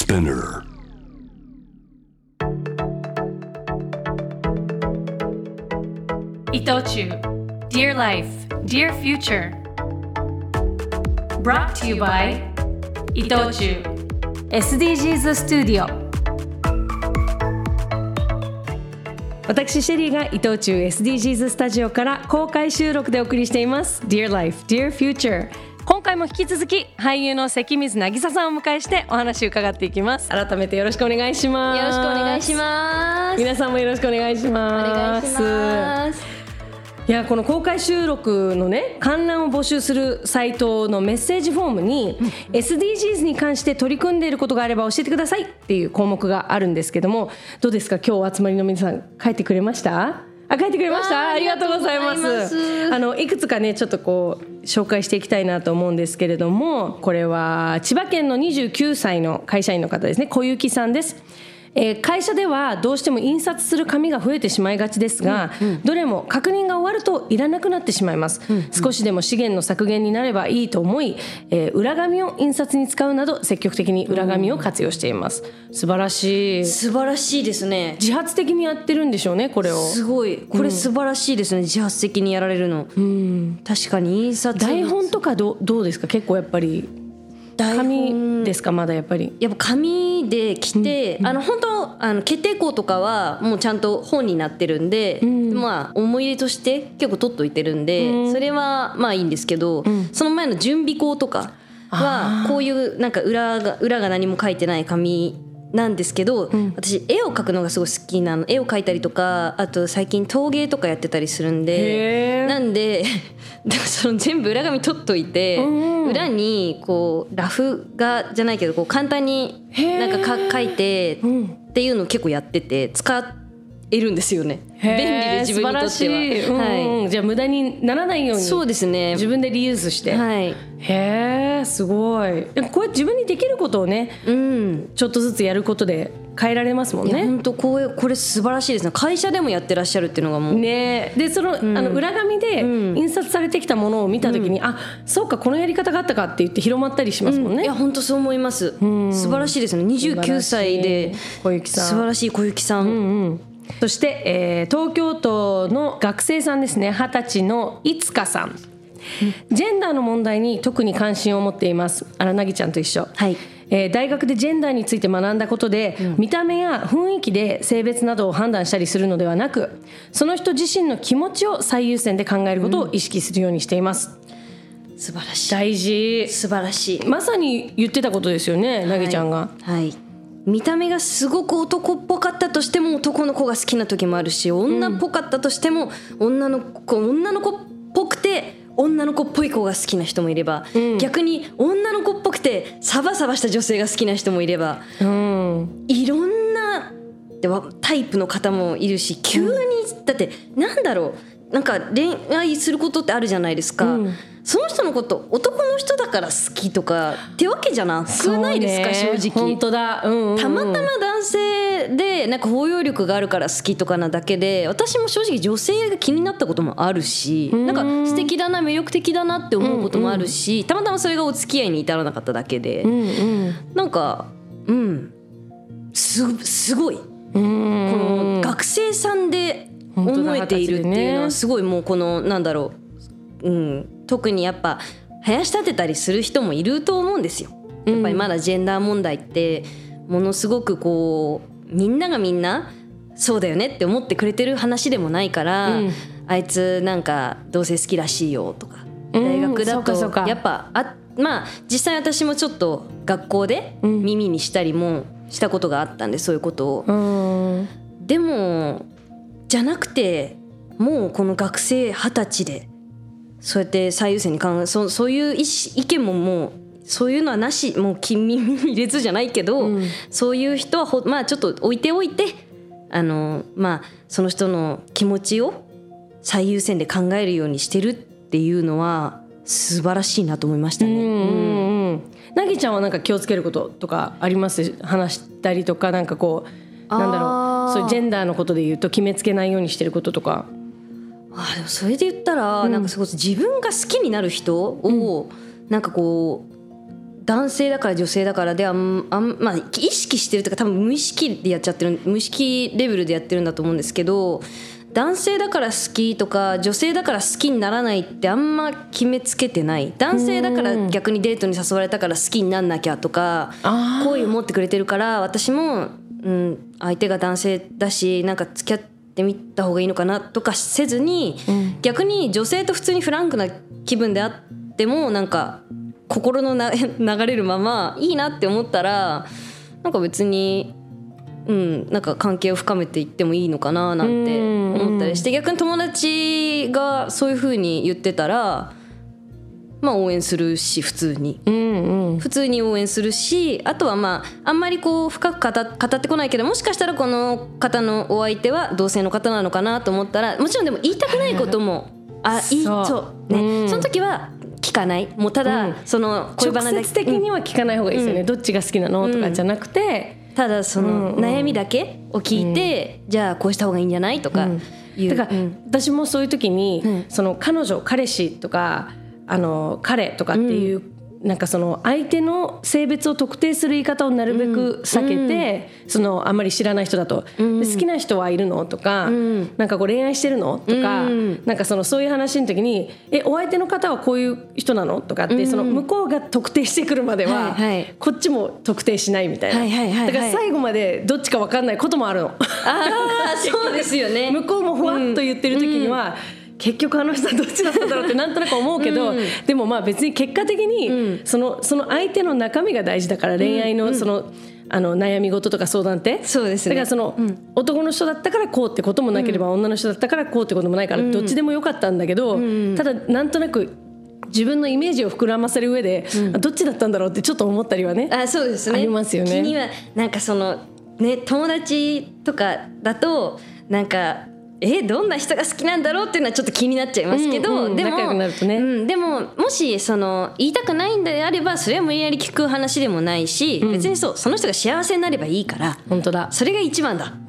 Spinner. Itochu, Dear Life, Dear Future. Brought to you by Itochu SDGs スタジオ。私シェリーが伊藤忠 SDGs スタジオから公開収録でお送りしています Dear Life, Dear Future。 今回も引き続き俳優の関水渚さんをお迎えしてお話を伺っていきます。改めてよろしくお願いします。 よろしくお願いします。 皆さんもよろしくお願いします。 お願いします。 いや、この公開収録のね、観覧を募集するサイトのメッセージフォームに、SDGs に関して取り組んでいることがあれば教えてくださいっていう項目があるんですけども、どうですか、今日お集まりの皆さん書いてくれました？書いてくれました。ありがとうございます。いくつかねちょっとこう紹介していきたいなと思うんですけれども、これは千葉県の29歳の会社員の方ですね、小雪さんです。会社ではどうしても印刷する紙が増えてしまいがちですが、どれも確認が終わるといらなくなってしまいます。少しでも資源の削減になればいいと思い、裏紙を印刷に使うなど積極的に裏紙を活用しています。素晴らしい。 素晴らしいですね。 自発的にやってるんでしょうね、これを。 すごい、これ素晴らしいですね、自発的にやられるの。確かに印刷台本とかどうですか？結構やっぱり紙ですか？まだやっぱり紙で来て、本当決定校とかはもうちゃんと本になってるんで、まあ思い入れとして結構取っといてるんで、それはまあいいんですけど、その前の準備校とかはこういうなんか裏が何も書いてない紙なんですけど、私絵を描くのがすごい好きなの。絵を描いたりとか、あと最近陶芸とかやってたりするんで、なんでその全部裏紙取っといて、裏にこうラフ画じゃないけどこう簡単になんか描いてっていうのを結構やってて使えるんですよね。便利で自分にとっては。 じゃあ無駄にならないように、 そうですね、 自分でリユースして、へー、すごい。こうやって自分にできることをね、ちょっとずつやることで変えられますもんね。 本当これ素晴らしいですね。会社でもやってらっしゃるっていうのがもうね。でその、裏紙で印刷されてきたものを見た時に、あ、そうか、このやり方があったかって言って広まったりしますもんね。 いや本当そう思います。素晴らしいですね。29歳で小雪さん、 素晴らしい小雪さん。 そして、東京都の学生さんですね、20歳のいつかさん。ジェンダーの問題に特に関心を持っています。なぎちゃんと一緒。大学でジェンダーについて学んだことで、見た目や雰囲気で性別などを判断したりするのではなく、その人自身の気持ちを最優先で考えることを意識するようにしています。 素晴らしい。 大事。 素晴らしい。 まさに言ってたことですよね、なぎちゃんが。 見た目がすごく男っぽかったとしても男の子が好きな時もあるし、女っぽかったとしても女の子っぽくて女の子っぽい子が好きな人もいれば、逆に女の子っぽくてサバサバした女性が好きな人もいれば、いろんなタイプの方もいるし、急にだってなんだろう、なんか恋愛することってあるじゃないですか。その人のこと男の人だから好きとかってわけじゃなくないですか、正直。 本当だ。 たまたま男性でなんか包容力があるから好きとかなだけで、私も正直女性が気になったこともあるし、なんか素敵だな、魅力的だなって思うこともあるし、たまたまそれがお付き合いに至らなかっただけで、なんかすごい、この学生さんで思えているっていうのはすごい。もうこのなんだろう、特にやっぱ林立てたりする人もいると思うんですよ。やっぱりまだジェンダー問題ってものすごくこうみんながみんなそうだよねって思ってくれてる話でもないから、あいつなんか同性好きらしいよとか、大学だとやっぱまあ実際私もちょっと学校で耳にしたりもしたことがあったんで、そういうことを。でもじゃなくて、もうこの学生20歳でそうやって最優先に考え、そういう意見ももうそういうのはなし、もう君耳に入れずじゃないけど、そういう人はまあちょっと置いておいて、まあその人の気持ちを最優先で考えるようにしてるっていうのは素晴らしいなと思いましたね。 なぎちゃんはなんか気をつけることとかあります？話したりとか、なんかこうなんだろう、そういうジェンダーのことで言うと決めつけないようにしてることとか。 でもそれで言ったら、なんかすごい自分が好きになる人を、なんかこう男性だから女性だからでまあ意識してるというか多分無意識でやっちゃってる、無意識レベルでやってるんだと思うんですけど、男性だから好きとか女性だから好きにならないってあんま決めつけてない。男性だから逆にデートに誘われたから好きになんなきゃとか、好意を持ってくれてるから私も、相手が男性だしなんか付き合ってみた方がいいのかなとかせずに、逆に女性と普通にフランクな気分であってもなんか心の流れるままいいなって思ったらなんか別になんか関係を深めていってもいいのかななんて思ったりして、逆に友達がそういう風に言ってたらまあ応援するし普通に応援するし、あとはまああんまりこう深く語ってこないけどもしかしたらこの方のお相手は同性の方なのかなと思ったら、もちろんでも言いたくないこともそうね、その時は聞かない、もうただその恋バナ直接的には聞かない方がいいですよね、どっちが好きなのとかじゃなくて、 ただその悩みだけを聞いて、じゃあこうした方がいいんじゃないとかいう、 だから私もそういう時に、その彼女彼氏とか彼とかっていう、なんかその相手の性別を特定する言い方をなるべく避けて、そのあんまり知らない人だと、好きな人はいるのとか、なんかこう恋愛してるのとか、なんかそういう話の時にお相手の方はこういう人なのとかって、その向こうが特定してくるまでは、こっちも特定しないみたいな、だから最後までどっちか分かんないこともあるの。 そうですよね。 向こうもふわっと言ってる時には、結局あの人はどっちだったんだろうってなんとなく思うけど、でもまあ別に結果的にその相手の中身が大事だから、恋愛のその悩み事とか相談って、 そうですね、 だからその男の人だったからこうってこともなければ、女の人だったからこうってこともないから、どっちでもよかったんだけど、ただなんとなく自分のイメージを膨らませる上で、どっちだったんだろうってちょっと思ったりはね、 そうですね、 ありますよね。 気にはなんかそのね、友達とかだとなんかどんな人が好きなんだろうっていうのはちょっと気になっちゃいますけど、でも仲良くなるとね、 でももしその言いたくないんであればそれは無理やり聞く話でもないし、別にその人が幸せになればいいから、 本当だ、 それが一番だ、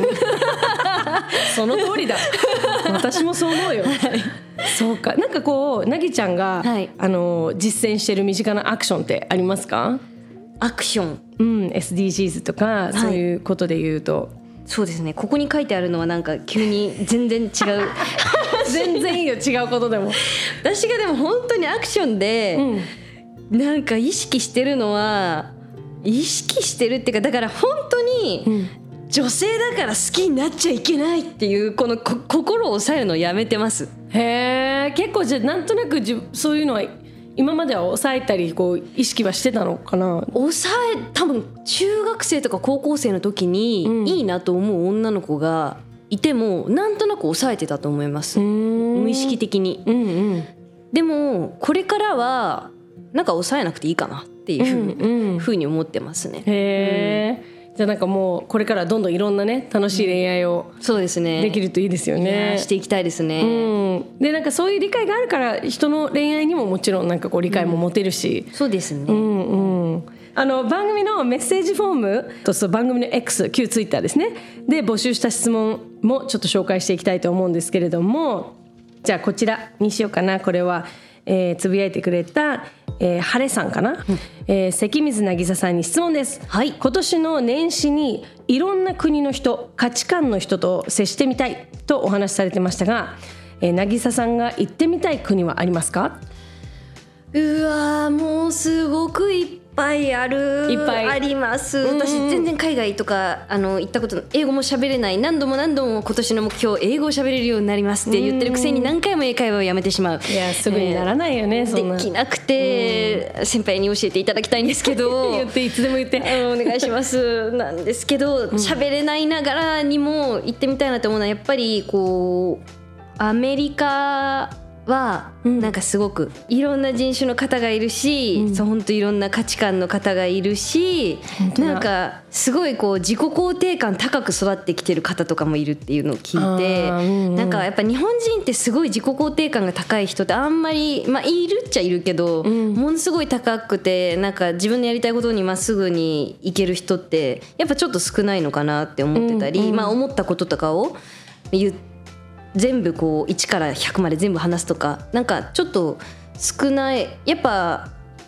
その通りだ私もそう思うよ、そうか。なんかこうなぎちゃんが、実践してる身近なアクションってありますか？ アクション、 SDGs とかそういうことで言うと、 そうですね、ここに書いてあるのはなんか急に全然違う全然いいよ、違うことでも。 私がでも本当にアクションで、なんか意識してるのは、意識してるっていうか、だから本当に女性だから好きになっちゃいけないっていうこの心を抑えるのをやめてます。 へー、結構じゃあなんとなくそういうのは今までは抑えたりこう意識はしてたのかな？ 多分中学生とか高校生の時にいいなと思う女の子がいてもなんとなく抑えてたと思います、無意識的に、でもこれからはなんか抑えなくていいかなっていうふうに思ってますね。 へー、じゃあなんかもうこれからどんどんいろんなね楽しい恋愛をそうですね、 できるといいですよね。 していきたいですね、 でなんかそういう理解があるから人の恋愛にももちろんなんかこう理解も持てるし、 そうですね、 番組のメッセージフォームと番組の X 旧ツイッターですねで募集した質問もちょっと紹介していきたいと思うんですけれども、じゃあこちらにしようかな。これは、つぶやいてくれた晴れさんかな、関水渚さんに質問です、今年の年始にいろんな国の人、価値観の人と接してみたいとお話しされてましたが、渚さんが行ってみたい国はありますか？ うわ、もうすごくいっぱいあります。私全然海外とか行ったこと、英語も喋れない、何度も今年の目標英語を喋れるようになりますって言ってるくせに何回も英会話をやめてしまう。 いやすぐにならないよね、そんなできなくて、先輩に教えていただきたいんですけど言っていつでも言ってお願いしますなんですけど、喋れないながらにも行ってみたいなと思うのはやっぱりこうアメリカはなんかすごくいろんな人種の方がいるし、本当いろんな価値観の方がいるし、なんかすごいこう自己肯定感高く育ってきてる方とかもいるっていうのを聞いて、なんかやっぱ日本人ってすごい自己肯定感が高い人ってあんまり、いるっちゃいるけど、ものすごい高くてなんか自分のやりたいことにまっすぐにいける人ってやっぱちょっと少ないのかなって思ってたり、思ったこととかを全部こう1から100まで全部話すとかなんかちょっと少ない。やっぱ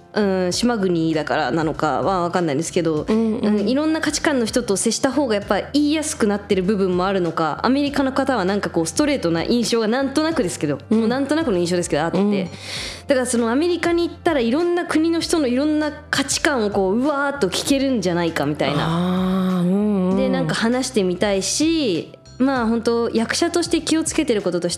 島国だからなのかは分かんないんですけど、いろんな価値観の人と接した方がやっぱ言いやすくなってる部分もあるのか、アメリカの方はなんかこうストレートな印象がなんとなくですけど、もうなんとなくの印象ですけどあって、だからそのアメリカに行ったらいろんな国の人のいろんな価値観をこううわーっと聞けるんじゃないかみたいな、でなんか話してみたいし、まあ本当役者として気をつけてることとして、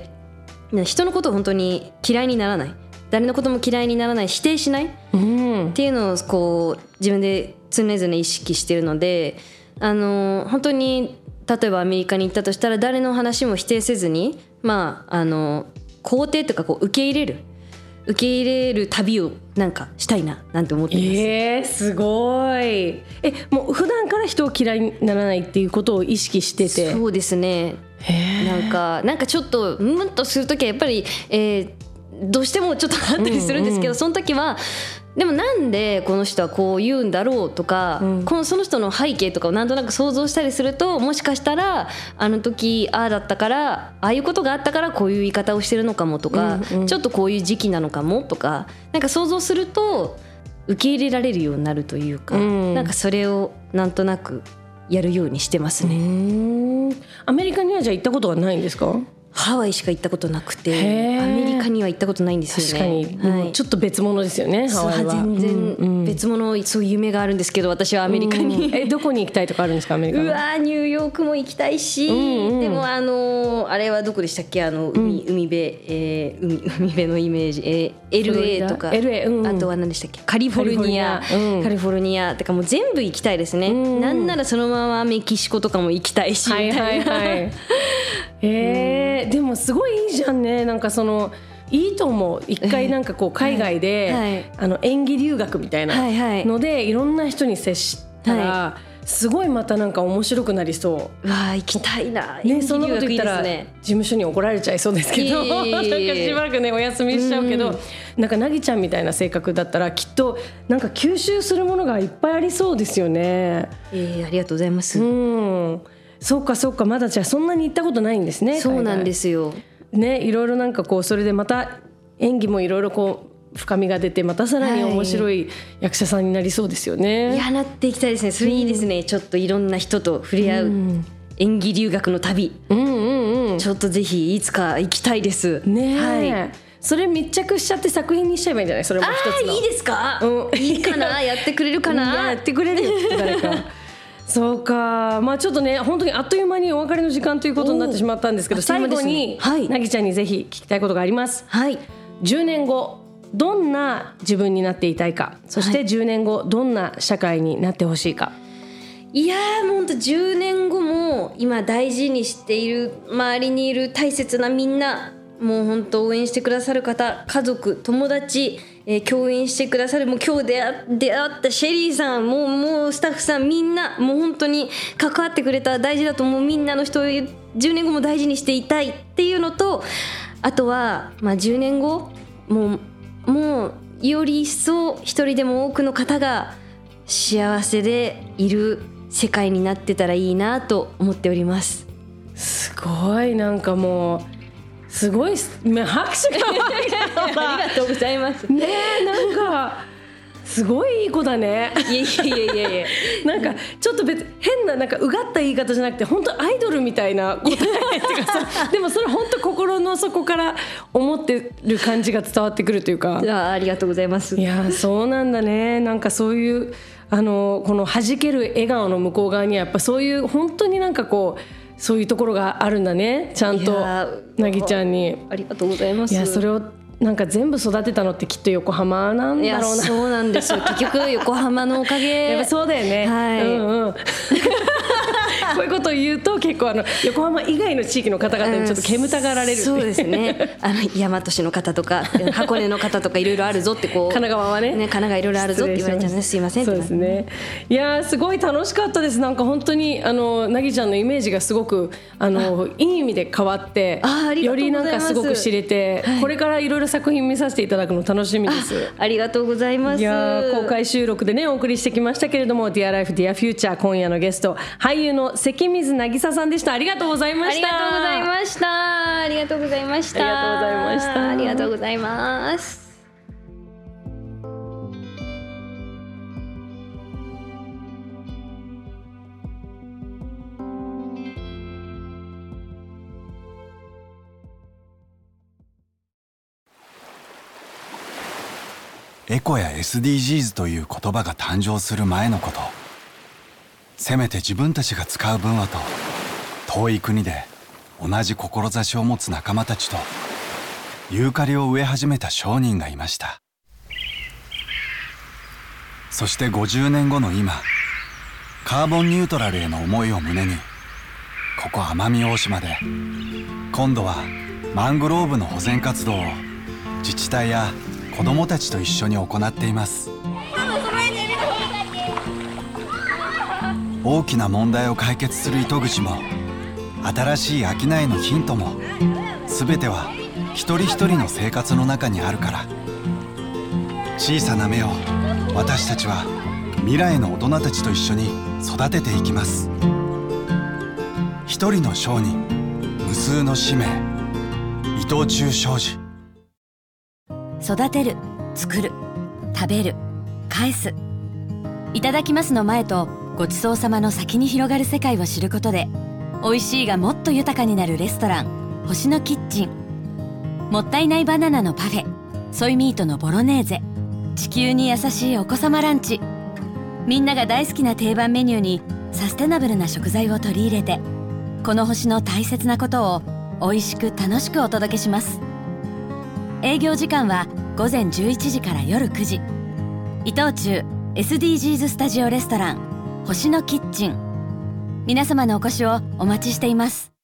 人のことを本当に嫌いにならない、誰のことも嫌いにならない、否定しない、っていうのをこう自分で常々意識してるので、本当に例えばアメリカに行ったとしたら誰の話も否定せずに、まあ肯定とかこう受け入れる旅をなんかしたいななんて思ってます。 すごい。もう普段から人を嫌いにならないっていうことを意識してて。 そうですね。なんかちょっとムンとするときはやっぱり、どうしてもちょっとあったりするんですけど、その時はでもなんでこの人はこう言うんだろうとか、その人の背景とかをなんとなく想像したりすると、もしかしたらあの時ああだったから、ああいうことがあったからこういう言い方をしてるのかもとか、ちょっとこういう時期なのかもとか、なんか想像すると受け入れられるようになるというか、なんかそれをなんとなくやるようにしてますね。 アメリカにはじゃあ行ったことはないんですか？ ハワイしか行ったことなくて、アメリカには行ったことないんですよね。 確かに、ちょっと別物ですよね、ハワイは。 全然別物、そういう夢があるんですけど、私はアメリカに、 どこに行きたいとかあるんですか、アメリカは。 ニューヨークも行きたいし、でもあれはどこでしたっけ、海辺のイメージ、LA とか、あとは何でしたっけ、カリフォルニアとかもう全部行きたいですね。なんならそのままメキシコとかも行きたいしみたいな。 でもすごいいいじゃんね。なんかいいと思う。一回なんかこう海外で、演技留学みたいなので、いろんな人に接したら、すごいまたなんか面白くなりそう。 行きたいな。 そんなこと言ったら事務所に怒られちゃいそうですけど、なんかしばらくねお休みしちゃうけど、なんかなぎちゃんみたいな性格だったらきっとなんか吸収するものがいっぱいありそうですよね。 ありがとうございます。 そうか、まだじゃあそんなに行ったことないんですね。 そうなんですよね。いろいろなんかこうそれでまた演技もいろいろこう深みが出て、またさらに面白い役者さんになりそうですよね。 なっていきたいですね。それいいですね。ちょっといろんな人と触れ合う演技留学の旅、ちょっとぜひいつか行きたいですね。 それ密着しちゃって作品にしちゃえばいいんじゃない？それも一つの。 いいですか？いいかな。やってくれるかな？ やってくれるよきっと誰か。そうか、まあちょっとね本当にあっという間にお別れの時間ということになってしまったんですけど、最後になぎちゃんにぜひ聞きたいことがあります。10年後どんな自分になっていたいか、そして10年後どんな社会になってほしいか。 もうほんと10年後も今大事にしている周りにいる大切なみんな、もう本当応援してくださる方、家族、友達、共演してくださる、もう今日出会ったシェリーさん、もうスタッフさん、みんなもう本当に関わってくれた、大事だと思うみんなの人を10年後も大事にしていたいっていうのと、あとは、10年後もうより一層一人でも多くの方が幸せでいる世界になってたらいいなと思っております。 すごい、なんかもうすごい拍手がありがとうございますね。なんかすごいいい子だね。 いやなんかちょっと変ななんかうがった言い方じゃなくて、本当アイドルみたいな答えっていうかさ、でもそれ本当心の底から思ってる感じが伝わってくるというか。 ありがとうございます。 いやそうなんだね。なんかそういうこの弾ける笑顔の向こう側にはやっぱそういう本当になんかこうそういうところがあるんだね、ちゃんとなぎちゃんに。 ありがとうございます。 いやそれをなんか全部育てたのってきっと横浜なんだろうな。 そうなんですよ。結局横浜のおかげ。 やっぱそうだよね。こういうことを言うと結構横浜以外の地域の方々にちょっと煙たがられるっていう。 そうですね。大和市の方とか箱根の方とかいろいろあるぞってこう。 神奈川はね。 神奈川いろいろあるぞって言われちゃうね。すいません。 そうですね。いやすごい楽しかったです。なんか本当になぎちゃんのイメージがすごくいい意味で変わって、よりなんかすごく知れて、これからいろいろ作品見させていただくの楽しみです。 ありがとうございます。 いや公開収録でねお送りしてきましたけれども、 Dear Life Dear Future、 今夜のゲスト俳優の関水渚さんでした。ありがとうございました。 ありがとうございました。ありがとうございました。 ありがとうございました。 ありがとうございます。 エコや SDGs という言葉が誕生する前のこと。せめて自分たちが使う分はと、遠い国で同じ志を持つ仲間たちとユーカリを植え始めた商人がいました。そして50年後の今、カーボンニュートラルへの思いを胸に、ここ奄美大島で今度はマングローブの保全活動を自治体や子どもたちと一緒に行っています。大きな問題を解決する糸口も新しい商いのヒントも、全ては一人一人の生活の中にあるから。小さな芽を私たちは未来の大人たちと一緒に育てていきます。一人の商人、無数の使命。伊藤忠商事。 育てる、作る、食べる、返す。いただきますの前とごちそうさまの先に広がる世界を知ることで、美味しいがもっと豊かになるレストラン、星のキッチン。もったいないバナナのパフェ、ソイミートのボロネーゼ、地球に優しいお子様ランチ。みんなが大好きな定番メニューにサステナブルな食材を取り入れて、この星の大切なことを美味しく楽しくお届けします。営業時間は午前11時から夜9時。伊藤忠 SDGs スタジオレストラン星のキッチン。皆様のお越しをお待ちしています。